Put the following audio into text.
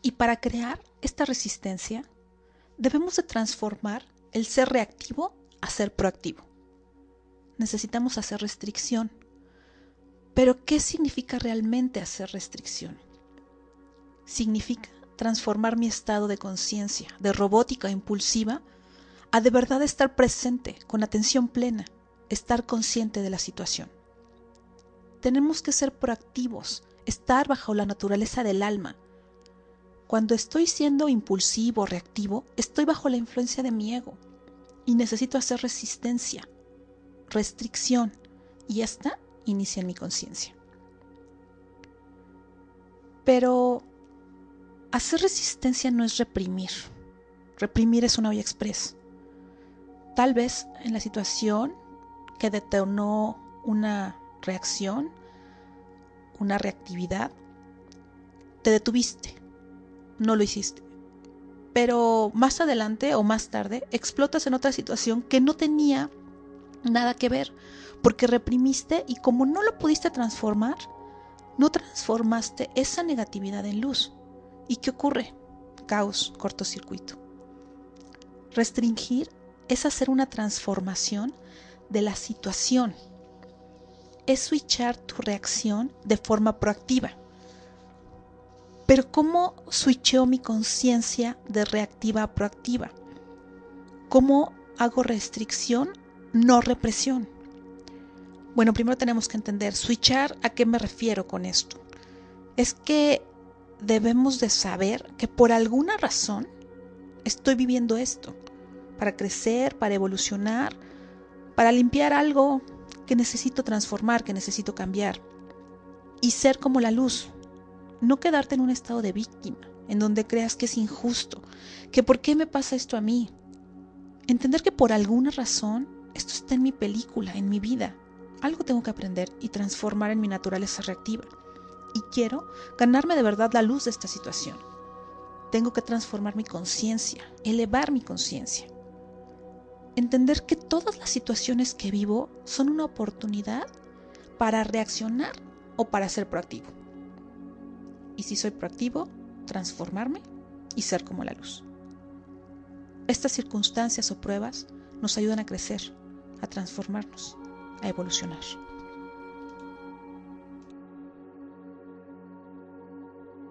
Y para crear esta resistencia, debemos de transformar el ser reactivo a ser proactivo. Necesitamos hacer restricción. Pero, ¿qué significa realmente hacer restricción? Significa transformar mi estado de conciencia, de robótica impulsiva, a de verdad estar presente, con atención plena, estar consciente de la situación. Tenemos que ser proactivos, estar bajo la naturaleza del alma. Cuando estoy siendo impulsivo, reactivo, estoy bajo la influencia de mi ego y necesito hacer resistencia, restricción, y esta inicia en mi conciencia. Pero hacer resistencia no es reprimir. Reprimir es una vía express. Tal vez en la situación que detonó una reacción, una reactividad, te detuviste, no lo hiciste. Pero más adelante o más tarde explotas en otra situación que no tenía nada que ver, porque reprimiste y como no lo pudiste transformar, no transformaste esa negatividad en luz. ¿Y qué ocurre? Caos, cortocircuito. Restringir es hacer una transformación de la situación. Es switchar tu reacción de forma proactiva. Pero ¿cómo switcheo mi conciencia de reactiva a proactiva? ¿Cómo hago restricción, no represión? Bueno, primero tenemos que entender, switchar, ¿a qué me refiero con esto? Es que debemos de saber que por alguna razón estoy viviendo esto, para crecer, para evolucionar, para limpiar algo que necesito transformar, que necesito cambiar, y ser como la luz, no quedarte en un estado de víctima, en donde creas que es injusto, que por qué me pasa esto a mí. Entender que por alguna razón esto está en mi película, en mi vida. Algo tengo que aprender y transformar en mi naturaleza reactiva. Y quiero ganarme de verdad la luz de esta situación. Tengo que transformar mi conciencia, elevar mi conciencia. Entender que todas las situaciones que vivo son una oportunidad para reaccionar o para ser proactivo. Y si soy proactivo, transformarme y ser como la luz. Estas circunstancias o pruebas nos ayudan a crecer, a transformarnos, a evolucionar.